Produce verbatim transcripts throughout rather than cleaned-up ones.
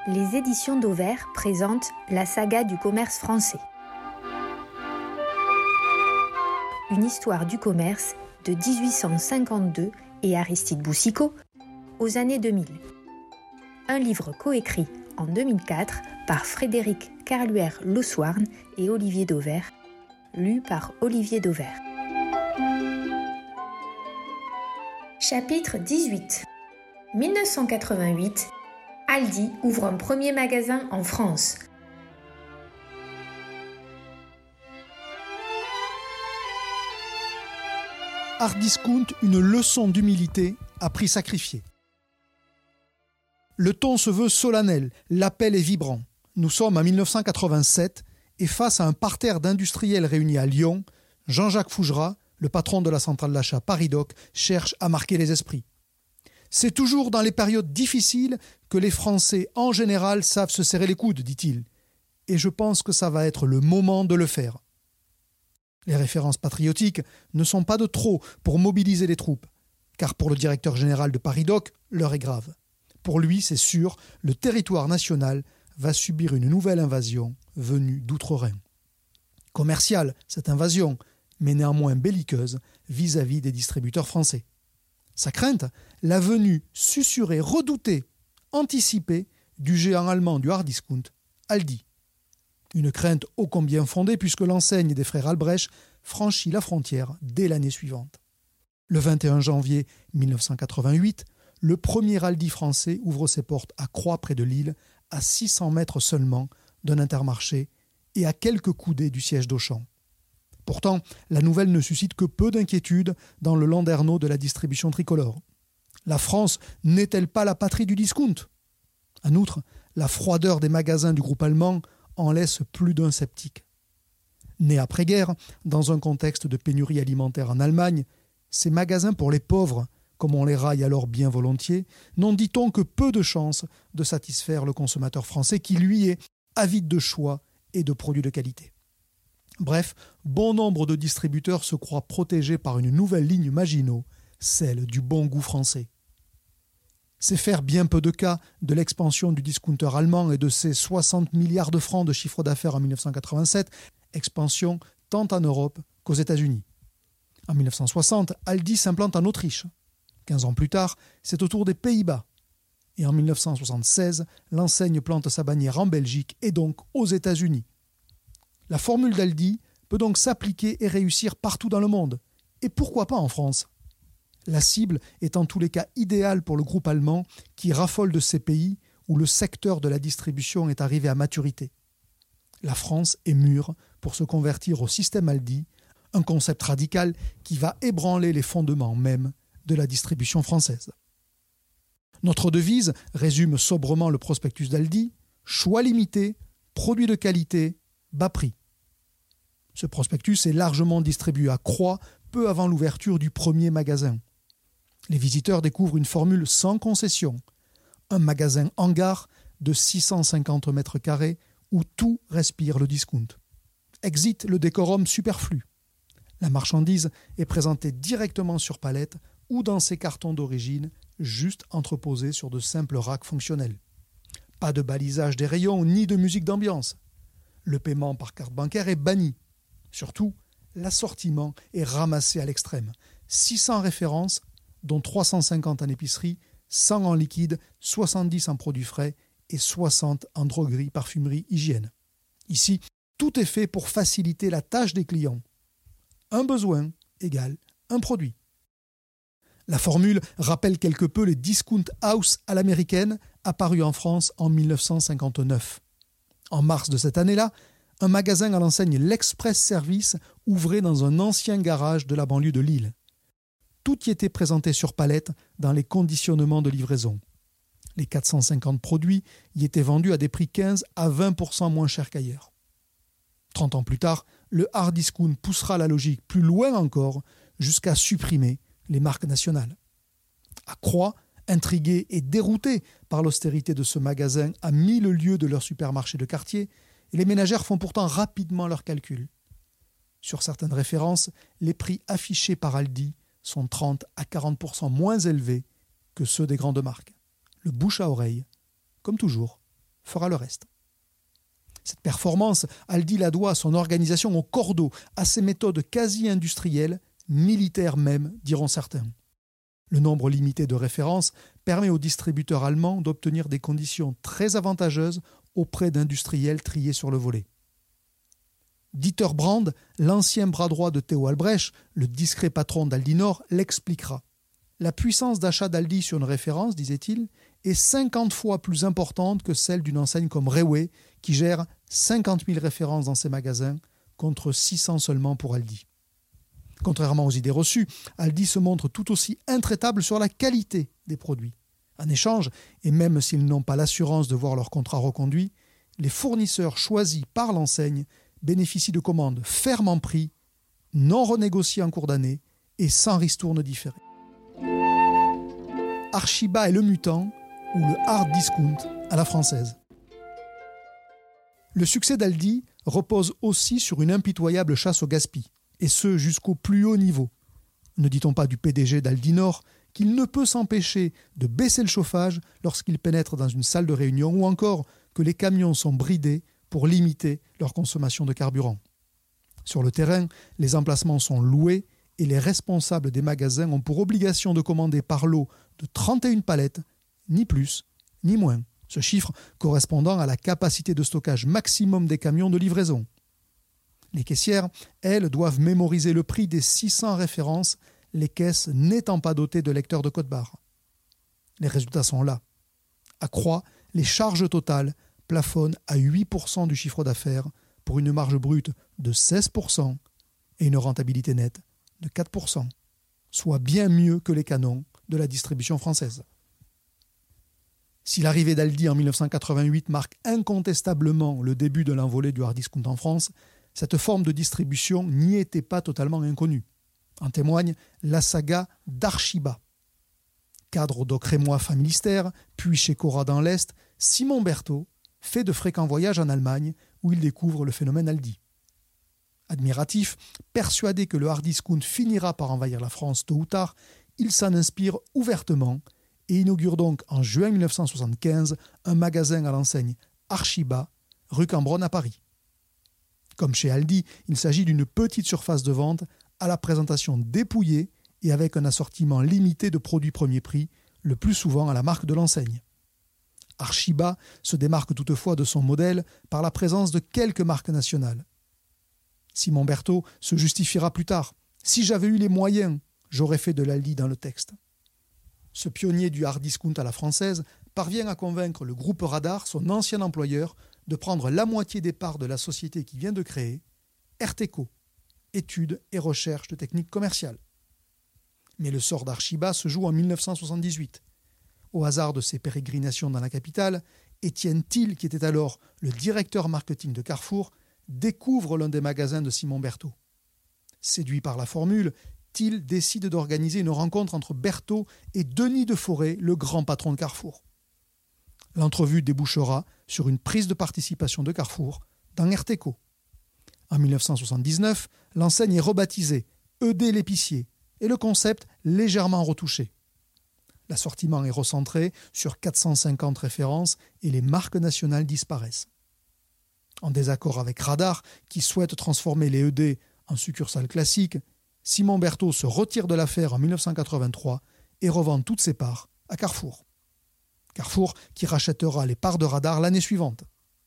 Les éditions Dauvert présentent la saga du commerce français. Une histoire du commerce de dix-huit cent cinquante-deux et Aristide Boucicaut aux années deux mille. Un livre coécrit en deux mille quatre par Frédéric Carluère-Laussoirne et Olivier Dauvert, lu par Olivier Dauvert. Chapitre dix-huit. mille neuf cent quatre-vingt-huit, Aldi ouvre un premier magasin en France. Hardiscount, une leçon d'humilité à prix sacrifié. Le ton se veut solennel, l'appel est vibrant. Nous sommes en mille neuf cent quatre-vingt-sept et face à un parterre d'industriels réunis à Lyon, Jean-Jacques Fougerat, le patron de la centrale d'achat Paris-Doc, cherche à marquer les esprits. C'est toujours dans les périodes difficiles que les Français, en général, savent se serrer les coudes, dit-il. Et je pense que ça va être le moment de le faire. Les références patriotiques ne sont pas de trop pour mobiliser les troupes, car pour le directeur général de Paris-Doc, l'heure est grave. Pour lui, c'est sûr, le territoire national va subir une nouvelle invasion venue d'outre-Rhin. Commerciale, cette invasion, mais néanmoins belliqueuse vis-à-vis des distributeurs français. Sa crainte, la venue susurrée, redoutée, anticipée du géant allemand du hard-discount, Aldi. Une crainte ô combien fondée puisque l'enseigne des frères Albrecht franchit la frontière dès l'année suivante. Le vingt et un janvier mille neuf cent quatre-vingt-huit, le premier Aldi français ouvre ses portes à Croix près de Lille, à six cents mètres seulement d'un Intermarché et à quelques coudées du siège d'Auchan. Pourtant, la nouvelle ne suscite que peu d'inquiétude dans le landerneau de la distribution tricolore. La France n'est-elle pas la patrie du discount ? En outre, la froideur des magasins du groupe allemand en laisse plus d'un sceptique. Né après-guerre, dans un contexte de pénurie alimentaire en Allemagne, ces magasins pour les pauvres, comme on les raille alors bien volontiers, n'ont, dit-on, que peu de chances de satisfaire le consommateur français qui, lui, est avide de choix et de produits de qualité. Bref, bon nombre de distributeurs se croient protégés par une nouvelle ligne Maginot, celle du bon goût français. C'est faire bien peu de cas de l'expansion du discounter allemand et de ses soixante milliards de francs de chiffre d'affaires en mille neuf cent quatre-vingt-sept, expansion tant en Europe qu'aux États-Unis. En mille neuf cent soixante, Aldi s'implante en Autriche. Quinze ans plus tard, c'est au tour des Pays-Bas. Et en mille neuf cent soixante-seize, l'enseigne plante sa bannière en Belgique et donc aux États-Unis. La formule d'Aldi peut donc s'appliquer et réussir partout dans le monde. Et pourquoi pas en France ? La cible est en tous les cas idéale pour le groupe allemand qui raffole de ces pays où le secteur de la distribution est arrivé à maturité. La France est mûre pour se convertir au système Aldi, un concept radical qui va ébranler les fondements même de la distribution française. Notre devise résume sobrement le prospectus d'Aldi, choix limité, produits de qualité, bas prix. Ce prospectus est largement distribué à Croix peu avant l'ouverture du premier magasin. Les visiteurs découvrent une formule sans concession, un magasin hangar de six cent cinquante mètres carrés où tout respire le discount. Exit le décorum superflu. La marchandise est présentée directement sur palette ou dans ses cartons d'origine, juste entreposés sur de simples racks fonctionnels. Pas de balisage des rayons ni de musique d'ambiance. Le paiement par carte bancaire est banni. Surtout, l'assortiment est ramassé à l'extrême. six cents références, dont trois cent cinquante en épicerie, cent en liquide, soixante-dix en produits frais et soixante en droguerie, parfumerie, hygiène. Ici, tout est fait pour faciliter la tâche des clients. Un besoin égale un produit. La formule rappelle quelque peu les discount house à l'américaine, apparus en France en mille neuf cent cinquante-neuf. En mars de cette année-là, un magasin à l'enseigne L'Express Service ouvrait dans un ancien garage de la banlieue de Lille. Tout y était présenté sur palette dans les conditionnements de livraison. Les quatre cent cinquante produits y étaient vendus à des prix quinze à vingt pour cent moins chers qu'ailleurs. Trente ans plus tard, le hard discount poussera la logique plus loin encore jusqu'à supprimer les marques nationales. À Croix, intrigués et déroutés par l'austérité de ce magasin à mille lieues de leur supermarché de quartier, les ménagères font pourtant rapidement leurs calculs. Sur certaines références, les prix affichés par Aldi sont trente à quarante pour cent moins élevés que ceux des grandes marques. Le bouche à oreille, comme toujours, fera le reste. Cette performance, Aldi la doit à son organisation au cordeau, à ses méthodes quasi-industrielles, militaires même, diront certains. Le nombre limité de références permet aux distributeurs allemands d'obtenir des conditions très avantageuses auprès d'industriels triés sur le volet. Dieter Brand, l'ancien bras droit de Theo Albrecht, le discret patron d'Aldi Nord, l'expliquera. La puissance d'achat d'Aldi sur une référence, disait-il, est cinquante fois plus importante que celle d'une enseigne comme Rewe, qui gère cinquante mille références dans ses magasins, contre six cents seulement pour Aldi. Contrairement aux idées reçues, Aldi se montre tout aussi intraitable sur la qualité des produits. En échange, et même s'ils n'ont pas l'assurance de voir leur contrat reconduit, les fournisseurs choisis par l'enseigne bénéficient de commandes fermes en prix, non renégociées en cours d'année et sans ristourne différée. Archiba est le mutant ou le hard discount à la française. Le succès d'Aldi repose aussi sur une impitoyable chasse au gaspille, et ce jusqu'au plus haut niveau. Ne dit-on pas du P D G d'Aldi Nord qu'il ne peut s'empêcher de baisser le chauffage lorsqu'il pénètre dans une salle de réunion, ou encore que les camions sont bridés pour limiter leur consommation de carburant. Sur le terrain, les emplacements sont loués et les responsables des magasins ont pour obligation de commander par lot de trente et une palettes, ni plus ni moins, ce chiffre correspondant à la capacité de stockage maximum des camions de livraison. Les caissières, elles, doivent mémoriser le prix des six cents références, les caisses n'étant pas dotées de lecteurs de code-barre. Les résultats sont là. À Croix, les charges totales plafonnent à huit pour cent du chiffre d'affaires pour une marge brute de seize pour cent et une rentabilité nette de quatre pour cent, soit bien mieux que les canons de la distribution française. Si l'arrivée d'Aldi en dix-neuf cent quatre-vingt-huit marque incontestablement le début de l'envolée du hard discount en France, cette forme de distribution n'y était pas totalement inconnue. En témoigne la saga d'Archiba. Cadre au doc rémois familistère, puis chez Cora dans l'Est, Simon Berthaud fait de fréquents voyages en Allemagne où il découvre le phénomène Aldi. Admiratif, persuadé que le hard discount finira par envahir la France tôt ou tard, il s'en inspire ouvertement et inaugure donc en juin dix-neuf cent soixante-quinze un magasin à l'enseigne Archiba, rue Cambronne à Paris. Comme chez Aldi, il s'agit d'une petite surface de vente à la présentation dépouillée et avec un assortiment limité de produits premier prix, le plus souvent à la marque de l'enseigne. Archiba se démarque toutefois de son modèle par la présence de quelques marques nationales. Simon Berthaud se justifiera plus tard. « Si j'avais eu les moyens, j'aurais fait de l'Aldi dans le texte ». Ce pionnier du hard discount à la française parvient à convaincre le groupe Radar, son ancien employeur, de prendre la moitié des parts de la société qu'il vient de créer, Erteco, études et recherches de techniques commerciales. Mais le sort d'Archiba se joue en dix-neuf cent soixante-dix-huit. Au hasard de ses pérégrinations dans la capitale, Étienne Thiel, qui était alors le directeur marketing de Carrefour, découvre l'un des magasins de Simon Berthaud. Séduit par la formule, Thiel décide d'organiser une rencontre entre Berthaud et Denis de Forêt, le grand patron de Carrefour. L'entrevue débouchera sur une prise de participation de Carrefour dans Erteco. En dix-neuf cent soixante-dix-neuf, l'enseigne est rebaptisée E D l'épicier et le concept légèrement retouché. L'assortiment est recentré sur quatre cent cinquante références et les marques nationales disparaissent. En désaccord avec Radar, qui souhaite transformer les E D en succursales classiques, Simon Berthaud se retire de l'affaire en dix-neuf cent quatre-vingt-trois et revend toutes ses parts à Carrefour. Carrefour qui rachètera les parts de Radar l'année suivante.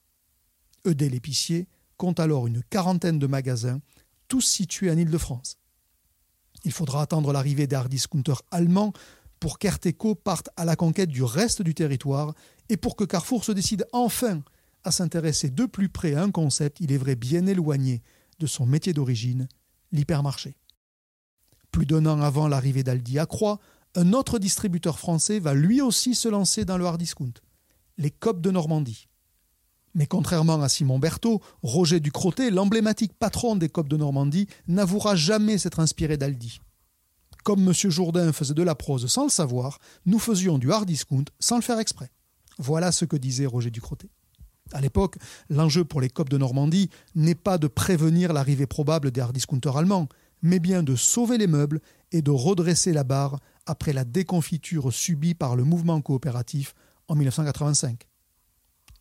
E D l'épicier compte alors une quarantaine de magasins, tous situés en Île-de-France. Il faudra attendre l'arrivée des hard discounters allemands pour qu'Erteco parte à la conquête du reste du territoire et pour que Carrefour se décide enfin à s'intéresser de plus près à un concept, il est vrai, bien éloigné de son métier d'origine, l'hypermarché. Plus d'un an avant l'arrivée d'Aldi à Croix, un autre distributeur français va lui aussi se lancer dans le hard discount, les Coop de Normandie. Mais contrairement à Simon Berthaud, Roger Ducrottet, l'emblématique patron des Coop de Normandie, n'avouera jamais s'être inspiré d'Aldi. Comme M. Jourdain faisait de la prose sans le savoir, nous faisions du hard discount sans le faire exprès. Voilà ce que disait Roger Ducrottet. À l'époque, l'enjeu pour les Coop de Normandie n'est pas de prévenir l'arrivée probable des hard discounters allemands, mais bien de sauver les meubles et de redresser la barre après la déconfiture subie par le mouvement coopératif en dix-neuf cent quatre-vingt-cinq.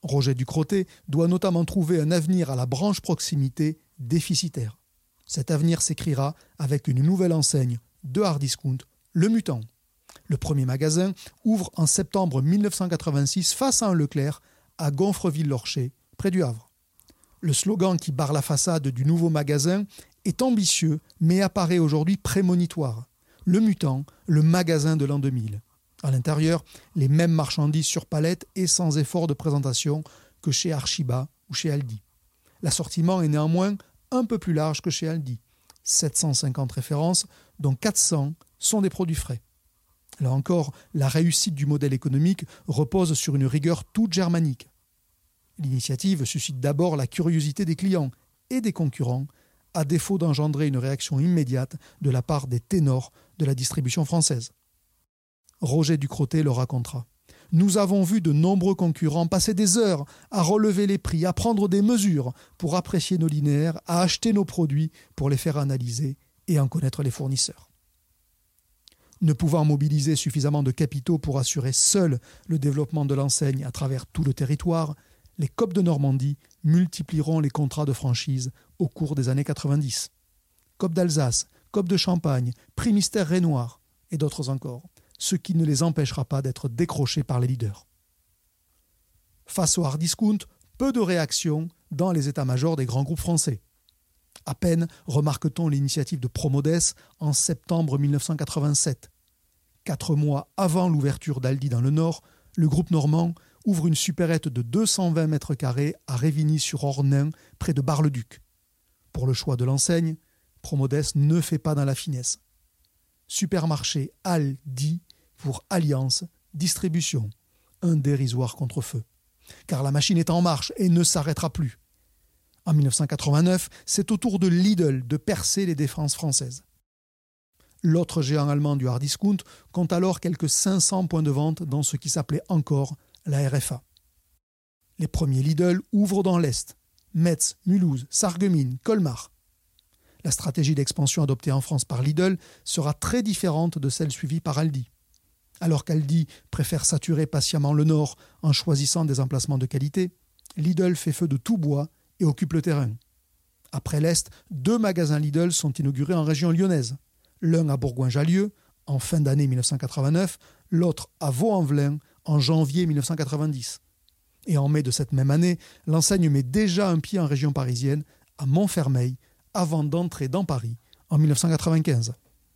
Roger Ducrottet doit notamment trouver un avenir à la branche proximité déficitaire. Cet avenir s'écrira avec une nouvelle enseigne de hard discount, Le Mutant. Le premier magasin ouvre en septembre mille neuf cent quatre-vingt-six face à un Leclerc à Gonfreville-Lorcher, près du Havre. Le slogan qui barre la façade du nouveau magasin est ambitieux, mais apparaît aujourd'hui prémonitoire. Le Mutant, le magasin de l'an deux mille. À l'intérieur, les mêmes marchandises sur palette et sans effort de présentation que chez Archiba ou chez Aldi. L'assortiment est néanmoins un peu plus large que chez Aldi. sept cent cinquante références, dont quatre cents sont des produits frais. Là encore, la réussite du modèle économique repose sur une rigueur toute germanique. L'initiative suscite d'abord la curiosité des clients et des concurrents, à défaut d'engendrer une réaction immédiate de la part des ténors de la distribution française. Roger Ducrottet le racontera. « Nous avons vu de nombreux concurrents passer des heures à relever les prix, à prendre des mesures pour apprécier nos linéaires, à acheter nos produits pour les faire analyser et en connaître les fournisseurs. » Ne pouvant mobiliser suffisamment de capitaux pour assurer seul le développement de l'enseigne à travers tout le territoire, les Coop de Normandie multiplieront les contrats de franchise au cours des années quatre-vingt-dix. Coop d'Alsace, Coop de Champagne, Prix Mystère Renoir et d'autres encore, ce qui ne les empêchera pas d'être décrochés par les leaders. Face au hard discount, peu de réactions dans les états-majors des grands groupes français. À peine remarque-t-on l'initiative de Promodes en septembre mille neuf cent quatre-vingt-sept. Quatre mois avant l'ouverture d'Aldi dans le Nord, le groupe normand ouvre une supérette de deux cent vingt mètres carrés à Révigny-sur-Ornain, près de Bar-le-Duc. Pour le choix de l'enseigne, Promodes ne fait pas dans la finesse. Supermarché Aldi pour Alliance Distribution, un dérisoire contre-feu. Car la machine est en marche et ne s'arrêtera plus. En mille neuf cent quatre-vingt-neuf, c'est au tour de Lidl de percer les défenses françaises. L'autre géant allemand du hard discount compte alors quelques cinq cents points de vente dans ce qui s'appelait encore la R F A. Les premiers Lidl ouvrent dans l'Est, Metz, Mulhouse, Sarreguemines, Colmar. La stratégie d'expansion adoptée en France par Lidl sera très différente de celle suivie par Aldi. Alors qu'Aldi préfère saturer patiemment le Nord en choisissant des emplacements de qualité, Lidl fait feu de tout bois et occupe le terrain. Après l'Est, deux magasins Lidl sont inaugurés en région lyonnaise. L'un à Bourgoin-Jallieu, en fin d'année mille neuf cent quatre-vingt-neuf, l'autre à Vaux-en-Velin, en janvier mille neuf cent quatre-vingt-dix. Et en mai de cette même année, l'enseigne met déjà un pied en région parisienne, à Montfermeil, avant d'entrer dans Paris en mille neuf cent quatre-vingt-quinze.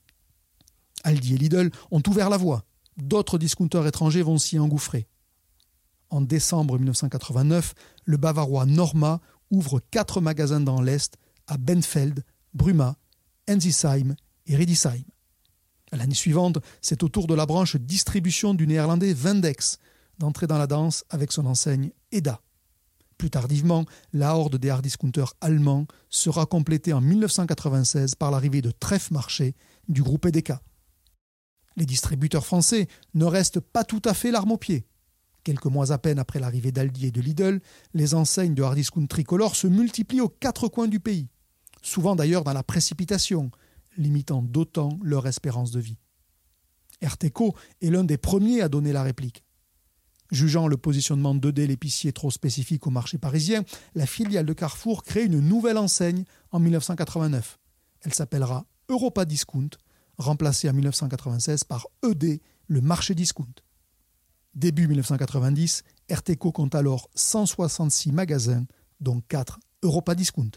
Aldi et Lidl ont ouvert la voie. D'autres discounters étrangers vont s'y engouffrer. En décembre mille neuf cent quatre-vingt-neuf, le bavarois Norma ouvre quatre magasins dans l'Est à Benfeld, Bruma, Ensisheim et Riedisheim. L'année suivante, c'est au tour de la branche distribution du néerlandais Vindex d'entrer dans la danse avec son enseigne Eda. Plus tardivement, la horde des hard discounters allemands sera complétée en mille neuf cent quatre-vingt-seize par l'arrivée de Trèfle-Marché du groupe Edeka. Les distributeurs français ne restent pas tout à fait l'arme au pied. Quelques mois à peine après l'arrivée d'Aldi et de Lidl, les enseignes de hard discount tricolores se multiplient aux quatre coins du pays, souvent d'ailleurs dans la précipitation, limitant d'autant leur espérance de vie. Erteco est l'un des premiers à donner la réplique. Jugeant le positionnement d'E D l'épicier trop spécifique au marché parisien, la filiale de Carrefour crée une nouvelle enseigne en mille neuf cent quatre-vingt-neuf. Elle s'appellera Europa Discount, remplacée en mille neuf cent quatre-vingt-seize par E D, le marché discount. Début mille neuf cent quatre-vingt-dix, Erteco compte alors cent soixante-six magasins, dont quatre Europa Discount.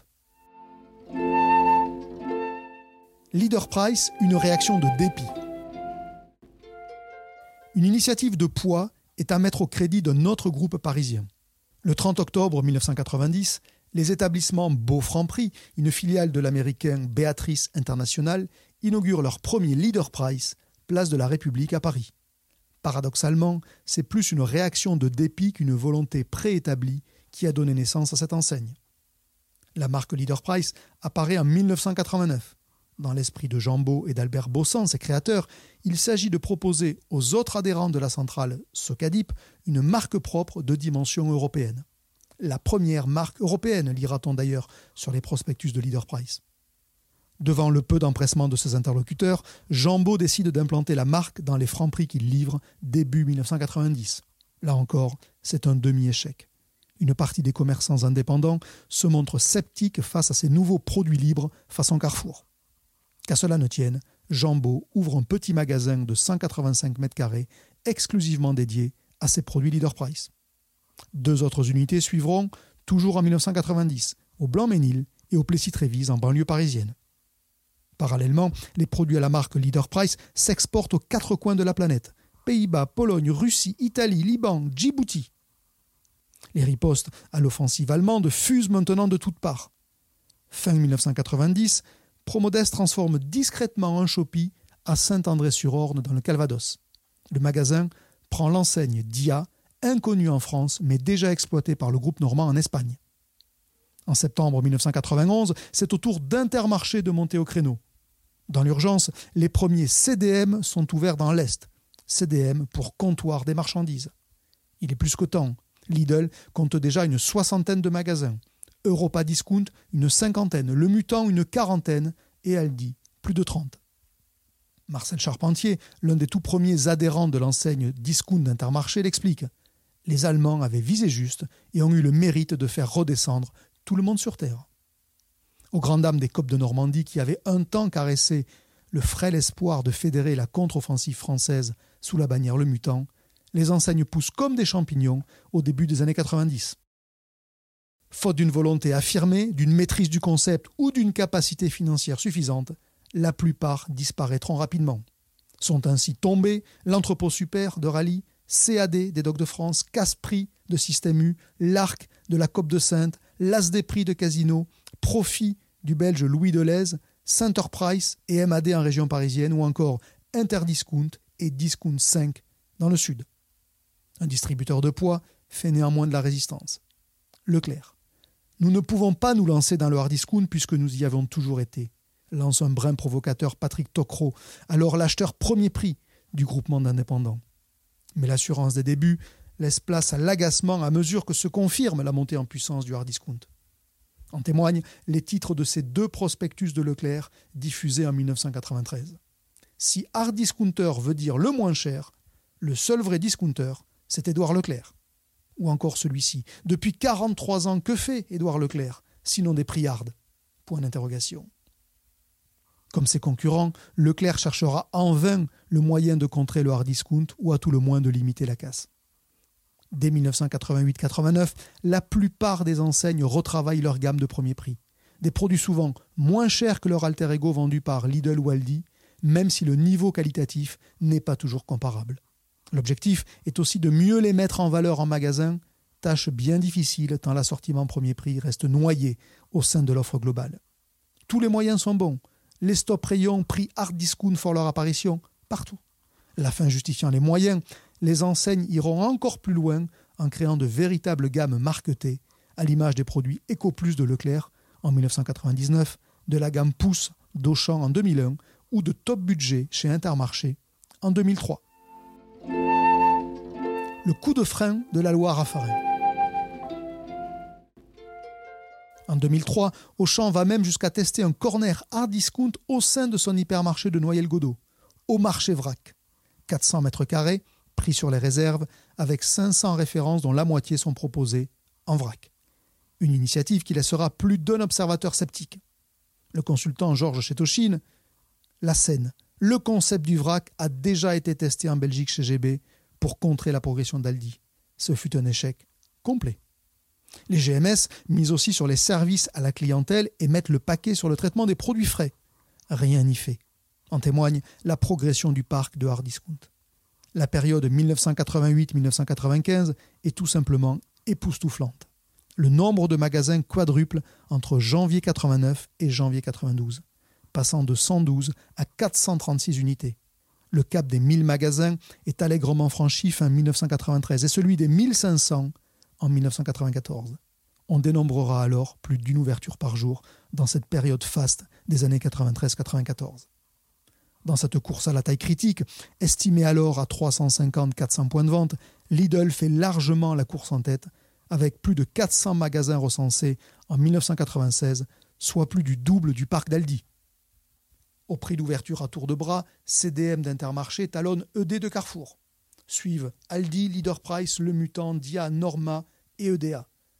Leader Price, une réaction de dépit. Une initiative de poids est à mettre au crédit d'un autre groupe parisien. Le trente octobre mille neuf cent quatre-vingt-dix, les établissements Beau Franprix, une filiale de l'américain Beatrice International, inaugurent leur premier Leader Price, place de la République à Paris. Paradoxalement, c'est plus une réaction de dépit qu'une volonté préétablie qui a donné naissance à cette enseigne. La marque Leader Price apparaît en mille neuf cent quatre-vingt-neuf. Dans l'esprit de Jean Beau et d'Albert Bossan, ses créateurs, il s'agit de proposer aux autres adhérents de la centrale Socadip une marque propre de dimension européenne. La première marque européenne, lira-t-on d'ailleurs sur les prospectus de Leader Price. Devant le peu d'empressement de ses interlocuteurs, Jean Beau décide d'implanter la marque dans les Franprix qu'il livre début mille neuf cent quatre-vingt-dix. Là encore, c'est un demi-échec. Une partie des commerçants indépendants se montre sceptique face à ces nouveaux produits libres façon Carrefour. Qu'à cela ne tienne, Jambot ouvre un petit magasin de cent quatre-vingt-cinq mètres carrés exclusivement dédié à ses produits Leader Price. Deux autres unités suivront, toujours en dix-neuf cent quatre-vingt-dix, au Blanc-Ménil et au Plessis-Trévise en banlieue parisienne. Parallèlement, les produits à la marque Leader Price s'exportent aux quatre coins de la planète. Pays-Bas, Pologne, Russie, Italie, Liban, Djibouti. Les ripostes à l'offensive allemande fusent maintenant de toutes parts. Fin dix-neuf cent quatre-vingt-dix, Promodès transforme discrètement un Shopi à Saint-André-sur-Orne dans le Calvados. Le magasin prend l'enseigne Dia, inconnue en France mais déjà exploitée par le groupe normand en Espagne. En septembre dix-neuf cent quatre-vingt-onze, c'est au tour d'Intermarché de monter au créneau. Dans l'urgence, les premiers C D M sont ouverts dans l'Est. C D M pour comptoir des marchandises. Il est plus que temps. Lidl compte déjà une soixantaine de magasins. Europa Discount, une cinquantaine. Le Mutant, une quarantaine. Et Aldi, plus de trente. Marcel Charpentier, l'un des tout premiers adhérents de l'enseigne Discount d'Intermarché, l'explique. Les Allemands avaient visé juste et ont eu le mérite de faire redescendre tout le monde sur terre. Aux grandes dames des Copes de Normandie qui avaient un temps caressé le frêle espoir de fédérer la contre-offensive française sous la bannière Le Mutant, les enseignes poussent comme des champignons au début des années quatre-vingt-dix. Faute d'une volonté affirmée, d'une maîtrise du concept ou d'une capacité financière suffisante, la plupart disparaîtront rapidement. Sont ainsi tombés l'Entrepôt Super de Rallye, C A D des Docks de France, Casse-Prix de Système U, l'Arc de la Coop de Sainte, l'As des Prix de Casino, Profit du Belge Louis Deleuze, Centerprice et M A D en région parisienne ou encore Interdiscount et Discount cinq dans le sud. Un distributeur de poids fait néanmoins de la résistance. Leclerc. Nous ne pouvons pas nous lancer dans le hard discount puisque nous y avons toujours été, lance un brin provocateur Patrick Tocquereau, alors l'acheteur premier prix du groupement d'indépendants. Mais l'assurance des débuts laisse place à l'agacement à mesure que se confirme la montée en puissance du hard discount. En témoignent les titres de ces deux prospectus de Leclerc diffusés en dix-neuf cent quatre-vingt-treize. Si hard discounter veut dire le moins cher, le seul vrai discounter, c'est Édouard Leclerc. Ou encore celui-ci. Depuis quarante-trois ans, que fait Édouard Leclerc, sinon des prix hard ? Point d'interrogation. Comme ses concurrents, Leclerc cherchera en vain le moyen de contrer le hard discount ou à tout le moins de limiter la casse. Dès dix-neuf cent quatre-vingt-huit quatre-vingt-neuf, la plupart des enseignes retravaillent leur gamme de premier prix. Des produits souvent moins chers que leur alter ego vendu par Lidl ou Aldi, même si le niveau qualitatif n'est pas toujours comparable. L'objectif est aussi de mieux les mettre en valeur en magasin, tâche bien difficile tant l'assortiment premier prix reste noyé au sein de l'offre globale. Tous les moyens sont bons. Les stop rayons prix hard discount font leur apparition partout. La fin justifiant les moyens, les enseignes iront encore plus loin en créant de véritables gammes marketées, à l'image des produits EcoPlus de Leclerc en dix-neuf cent quatre-vingt-dix-neuf, de la gamme Pouce d'Auchan en deux mille un ou de Top Budget chez Intermarché en deux mille trois. Le coup de frein de la loi Raffarin. En deux mille trois, Auchan va même jusqu'à tester un corner hard discount au sein de son hypermarché de Noyelles-Godault, au marché vrac. quatre cents mètres carrés, pris sur les réserves, avec cinq cents références dont la moitié sont proposées en vrac. Une initiative qui laissera plus d'un observateur sceptique. Le consultant Georges Chétochine, la scène, le concept du vrac a déjà été testé en Belgique chez G B pour contrer la progression d'Aldi. Ce fut un échec complet. Les G M S misent aussi sur les services à la clientèle et mettent le paquet sur le traitement des produits frais. Rien n'y fait. En témoigne la progression du parc de hard discount. La période dix-neuf cent quatre-vingt-huit à dix-neuf cent quatre-vingt-quinze est tout simplement époustouflante. Le nombre de magasins quadruple entre janvier quatre-vingt-neuf et janvier quatre-vingt-douze, passant de cent douze à quatre cent trente-six unités. Le cap des mille magasins est allègrement franchi fin dix-neuf cent quatre-vingt-treize et celui des mille cinq cents en dix-neuf cent quatre-vingt-quatorze. On dénombrera alors plus d'une ouverture par jour dans cette période faste des années quatre-vingt-treize quatre-vingt-quatorze. Dans cette course à la taille critique, estimée alors à trois cent cinquante à quatre cents points de vente, Lidl fait largement la course en tête, avec plus de quatre cents magasins recensés en dix-neuf cent quatre-vingt-seize, soit plus du double du parc d'Aldi. Au prix d'ouverture à tour de bras, C D M d'Intermarché talonne E D de Carrefour. Suivent Aldi, Leader Price, Le Mutant, Dia, Norma et E D A.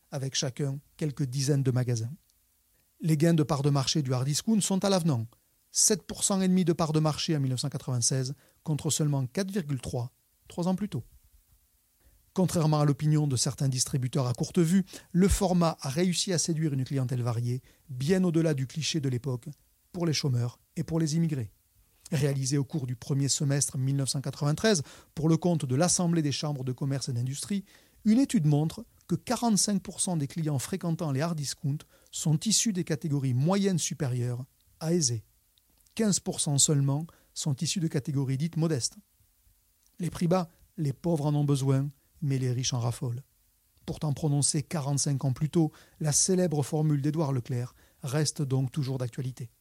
avec chacun quelques dizaines de magasins. Les gains de part de marché du hard discount sont à l'avenant. sept pour cent et demi de part de marché en dix-neuf cent quatre-vingt-seize contre seulement quatre virgule trois trois ans plus tôt. Contrairement à l'opinion de certains distributeurs à courte vue, le format a réussi à séduire une clientèle variée, bien au-delà du cliché de l'époque, pour les chômeurs et pour les immigrés. Réalisé au cours du premier semestre dix-neuf cent quatre-vingt-treize pour le compte de l'Assemblée des chambres de commerce et d'industrie, une étude montre que quarante-cinq pour cent des clients fréquentant les hard discounts sont issus des catégories moyennes supérieures à aisées. quinze pour cent seulement sont issus de catégories dites modestes. Les prix bas, les pauvres en ont besoin, mais les riches en raffolent. Pourtant prononcée quarante-cinq ans plus tôt, la célèbre formule d'Édouard Leclerc reste donc toujours d'actualité.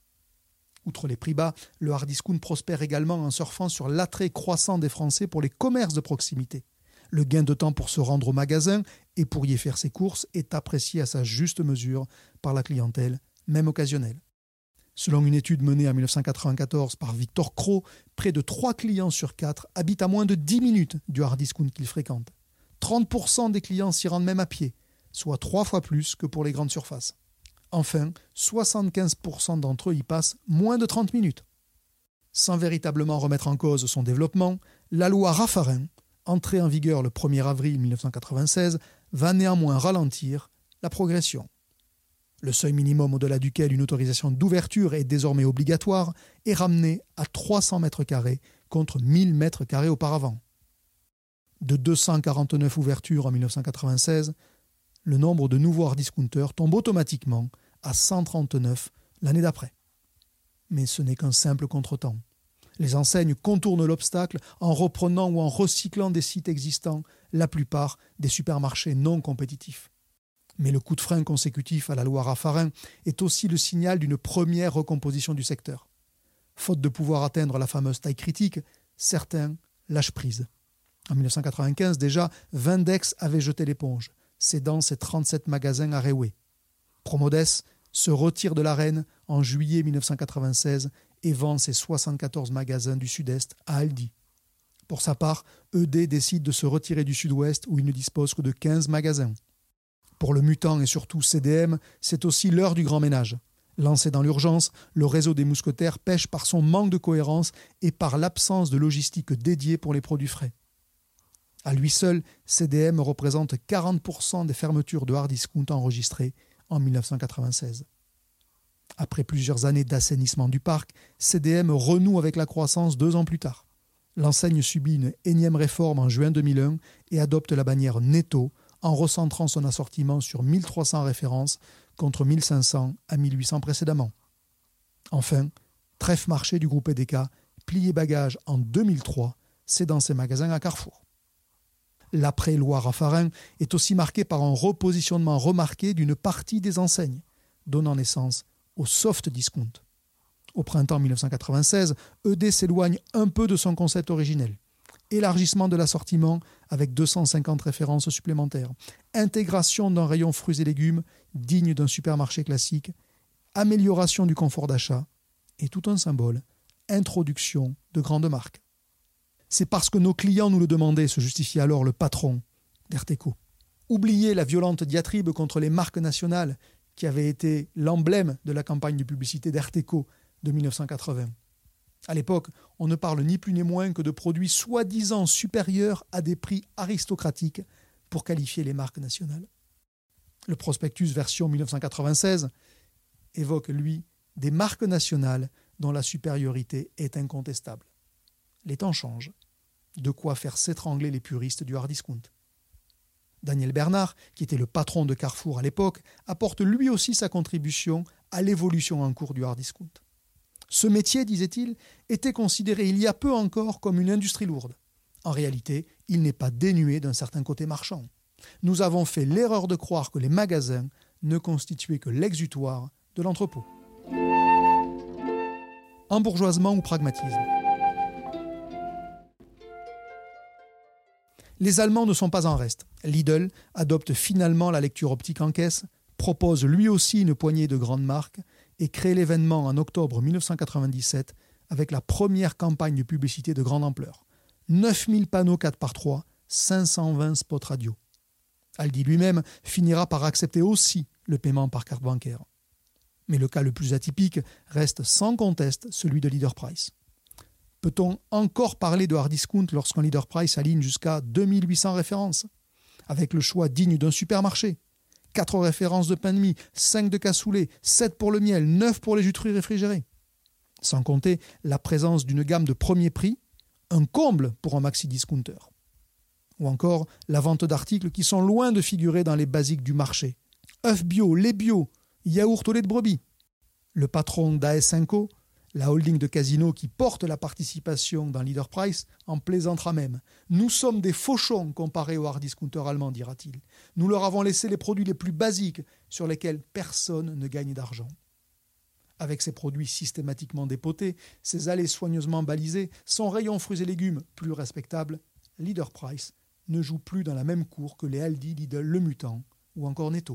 Outre les prix bas, le hard discount prospère également en surfant sur l'attrait croissant des Français pour les commerces de proximité. Le gain de temps pour se rendre au magasin et pour y faire ses courses est apprécié à sa juste mesure par la clientèle, même occasionnelle. Selon une étude menée en dix-neuf cent quatre-vingt-quatorze par Victor Cros, près de trois clients sur quatre habitent à moins de dix minutes du hard discount qu'ils fréquentent. trente pour cent des clients s'y rendent même à pied, soit trois fois plus que pour les grandes surfaces. Enfin, soixante-quinze pour cent d'entre eux y passent moins de trente minutes. Sans véritablement remettre en cause son développement, la loi Raffarin, entrée en vigueur le premier avril dix-neuf cent quatre-vingt-seize, va néanmoins ralentir la progression. Le seuil minimum au-delà duquel une autorisation d'ouverture est désormais obligatoire est ramené à trois cents mètres carrés contre mille mètres carrés auparavant. De deux cent quarante-neuf ouvertures en dix-neuf cent quatre-vingt-seize, le nombre de nouveaux hard discounters tombe automatiquement à cent trente-neuf l'année d'après. Mais ce n'est qu'un simple contretemps. Les enseignes contournent l'obstacle en reprenant ou en recyclant des sites existants, la plupart des supermarchés non compétitifs. Mais le coup de frein consécutif à la loi Raffarin est aussi le signal d'une première recomposition du secteur. Faute de pouvoir atteindre la fameuse taille critique, certains lâchent prise. En dix-neuf cent quatre-vingt-quinze, déjà, Vindex avait jeté l'éponge, cédant ses trente-sept magasins à Rewe. Promodes se retire de l'arène en juillet dix-neuf cent quatre-vingt-seize et vend ses soixante-quatorze magasins du Sud-Est à Aldi. Pour sa part, E D décide de se retirer du Sud-Ouest où il ne dispose que de quinze magasins. Pour le Mutant et surtout C D M, c'est aussi l'heure du grand ménage. Lancé dans l'urgence, le réseau des mousquetaires pêche par son manque de cohérence et par l'absence de logistique dédiée pour les produits frais. À lui seul, C D M représente quarante pour cent des fermetures de hard discount enregistrées en dix-neuf cent quatre-vingt-seize. Après plusieurs années d'assainissement du parc, C D M renoue avec la croissance deux ans plus tard. L'enseigne subit une énième réforme en juin deux mille un et adopte la bannière Netto en recentrant son assortiment sur mille trois cents références contre mille cinq cents à mille huit cents précédemment. Enfin, trêve marché du groupe Edeka, plié bagages en deux mille trois, cédant ses magasins à Carrefour. L'après-loi Raffarin est aussi marqué par un repositionnement remarqué d'une partie des enseignes, donnant naissance au soft discount. Au printemps dix-neuf cent quatre-vingt-seize, E D s'éloigne un peu de son concept originel. Élargissement de l'assortiment avec deux cent cinquante références supplémentaires, intégration d'un rayon fruits et légumes digne d'un supermarché classique, amélioration du confort d'achat et tout un symbole, introduction de grandes marques. C'est parce que nos clients nous le demandaient, se justifie alors le patron d'Erteco. Oubliez la violente diatribe contre les marques nationales qui avait été l'emblème de la campagne de publicité d'Erteco de dix-neuf cent quatre-vingts. À l'époque, on ne parle ni plus ni moins que de produits soi-disant supérieurs à des prix aristocratiques pour qualifier les marques nationales. Le prospectus version dix-neuf cent quatre-vingt-seize évoque, lui, des marques nationales dont la supériorité est incontestable. Les temps changent. De quoi faire s'étrangler les puristes du hard discount. Daniel Bernard, qui était le patron de Carrefour à l'époque, apporte lui aussi sa contribution à l'évolution en cours du hard discount. Ce métier, disait-il, était considéré il y a peu encore comme une industrie lourde. En réalité, il n'est pas dénué d'un certain côté marchand. Nous avons fait l'erreur de croire que les magasins ne constituaient que l'exutoire de l'entrepôt. Embourgeoisement ou pragmatisme. Les Allemands ne sont pas en reste. Lidl adopte finalement la lecture optique en caisse, propose lui aussi une poignée de grandes marques et crée l'événement en octobre dix-neuf cent quatre-vingt-dix-sept avec la première campagne de publicité de grande ampleur. neuf mille panneaux quatre par trois, cinq cent vingt spots radio. Aldi lui-même finira par accepter aussi le paiement par carte bancaire. Mais le cas le plus atypique reste sans conteste celui de Leader Price. Peut-on encore parler de hard discount lorsqu'un Leader Price aligne jusqu'à deux mille huit cents références, avec le choix digne d'un supermarché? quatre références de pain de mie, cinq de cassoulet, sept pour le miel, neuf pour les jus de fruits réfrigérés. Sans compter la présence d'une gamme de premier prix, un comble pour un maxi-discounter. Ou encore la vente d'articles qui sont loin de figurer dans les basiques du marché. œufs bio, lait bio, yaourt au lait de brebis. Le patron d'A S cinq O, la holding de Casino qui porte la participation dans Leader Price, en plaisantera même. Nous sommes des fauchons comparés aux hard discounters allemands, dira-t-il. Nous leur avons laissé les produits les plus basiques sur lesquels personne ne gagne d'argent. Avec ses produits systématiquement dépotés, ses allées soigneusement balisées, son rayon fruits et légumes plus respectable, Leader Price ne joue plus dans la même cour que les Aldi, Lidl, Le Mutant ou encore Netto.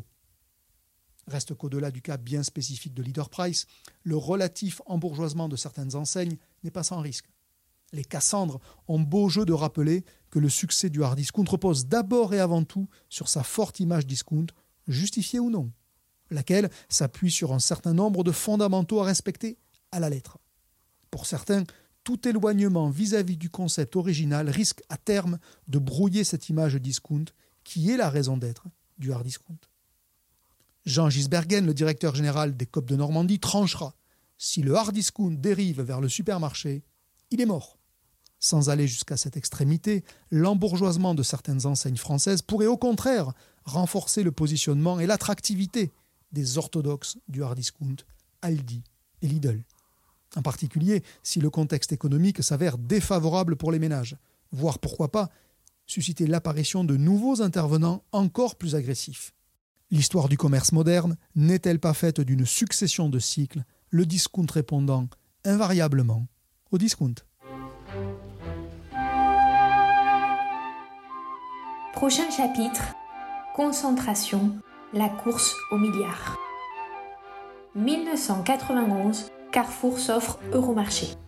Reste qu'au-delà du cas bien spécifique de Leader Price, le relatif embourgeoisement de certaines enseignes n'est pas sans risque. Les Cassandres ont beau jeu de rappeler que le succès du hard discount repose d'abord et avant tout sur sa forte image discount, justifiée ou non, laquelle s'appuie sur un certain nombre de fondamentaux à respecter à la lettre. Pour certains, tout éloignement vis-à-vis du concept original risque à terme de brouiller cette image discount qui est la raison d'être du hard discount. Jean Gisbergen, le directeur général des Coop de Normandie, tranchera. Si le hard discount dérive vers le supermarché, il est mort. Sans aller jusqu'à cette extrémité, l'embourgeoisement de certaines enseignes françaises pourrait au contraire renforcer le positionnement et l'attractivité des orthodoxes du hard discount, Aldi et Lidl. En particulier si le contexte économique s'avère défavorable pour les ménages, voire pourquoi pas susciter l'apparition de nouveaux intervenants encore plus agressifs. L'histoire du commerce moderne n'est-elle pas faite d'une succession de cycles, le discount répondant invariablement au discount? Prochain chapitre, concentration, la course au milliard. mille neuf cent quatre-vingt-onze, Carrefour s'offre Euromarché.